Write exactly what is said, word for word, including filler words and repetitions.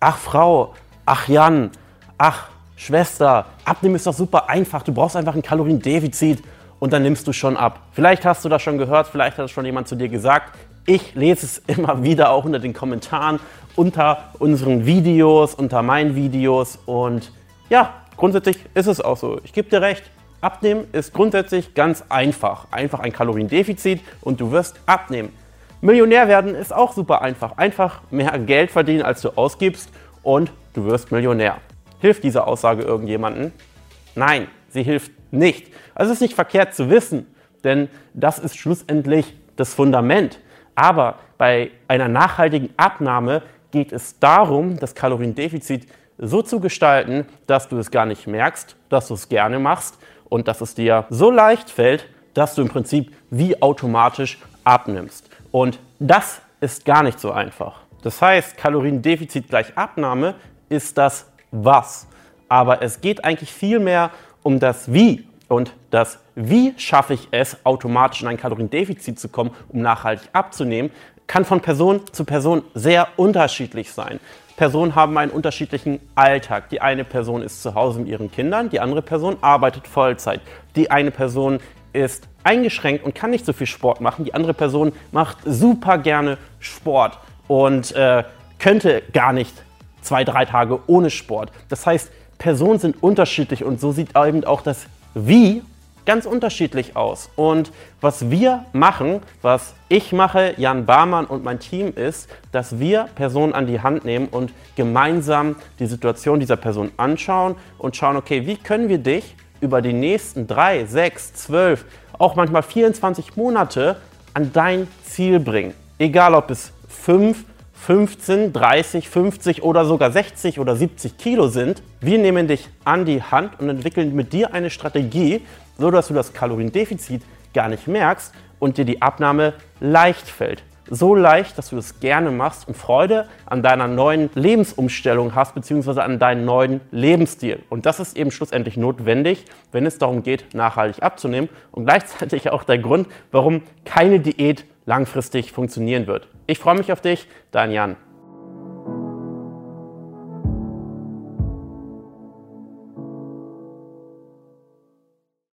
ach Frau, ach Jan, ach Schwester, abnehmen ist doch super einfach. Du brauchst einfach ein Kaloriendefizit und dann nimmst du schon ab. Vielleicht hast du das schon gehört, vielleicht hat es schon jemand zu dir gesagt. Ich lese es immer wieder auch unter den Kommentaren, unter unseren Videos, unter meinen Videos und ja, grundsätzlich ist es auch so. Ich gebe dir recht, abnehmen ist grundsätzlich ganz einfach. Einfach ein Kaloriendefizit und du wirst abnehmen. Millionär werden ist auch super einfach. Einfach mehr Geld verdienen, als du ausgibst und du wirst Millionär. Hilft diese Aussage irgendjemandem? Nein, sie hilft nicht. Also es ist nicht verkehrt zu wissen, denn das ist schlussendlich das Fundament. Aber bei einer nachhaltigen Abnahme geht es darum, das Kaloriendefizit so zu gestalten, dass du es gar nicht merkst, dass du es gerne machst und dass es dir so leicht fällt, dass du im Prinzip wie automatisch abnimmst. Und das ist gar nicht so einfach. Das heißt, Kaloriendefizit gleich Abnahme ist das Was. Aber es geht eigentlich viel mehr um das Wie. Und das Wie schaffe ich es, automatisch in ein Kaloriendefizit zu kommen, um nachhaltig abzunehmen, kann von Person zu Person sehr unterschiedlich sein. Personen haben einen unterschiedlichen Alltag. Die eine Person ist zu Hause mit ihren Kindern, die andere Person arbeitet Vollzeit. Die eine Person ist eingeschränkt und kann nicht so viel Sport machen. Die andere Person macht super gerne Sport und äh, könnte gar nicht zwei, drei Tage ohne Sport. Das heißt, Personen sind unterschiedlich und so sieht eben auch das Wie ganz unterschiedlich aus. Und was wir machen, was ich mache, Jan Barmann und mein Team ist, dass wir Personen an die Hand nehmen und gemeinsam die Situation dieser Person anschauen und schauen, okay, wie können wir dich über die nächsten drei, sechs, zwölf, auch manchmal vierundzwanzig Monate an dein Ziel bringen. Egal ob es fünf, fünfzehn, dreißig, fünfzig oder sogar sechzig oder siebzig Kilo sind. Wir nehmen dich an die Hand und entwickeln mit dir eine Strategie, so dass du das Kaloriendefizit gar nicht merkst und dir die Abnahme leicht fällt. So leicht, dass du es gerne machst und Freude an deiner neuen Lebensumstellung hast, beziehungsweise an deinem neuen Lebensstil. Und das ist eben schlussendlich notwendig, wenn es darum geht, nachhaltig abzunehmen und gleichzeitig auch der Grund, warum keine Diät langfristig funktionieren wird. Ich freue mich auf dich, dein Jan.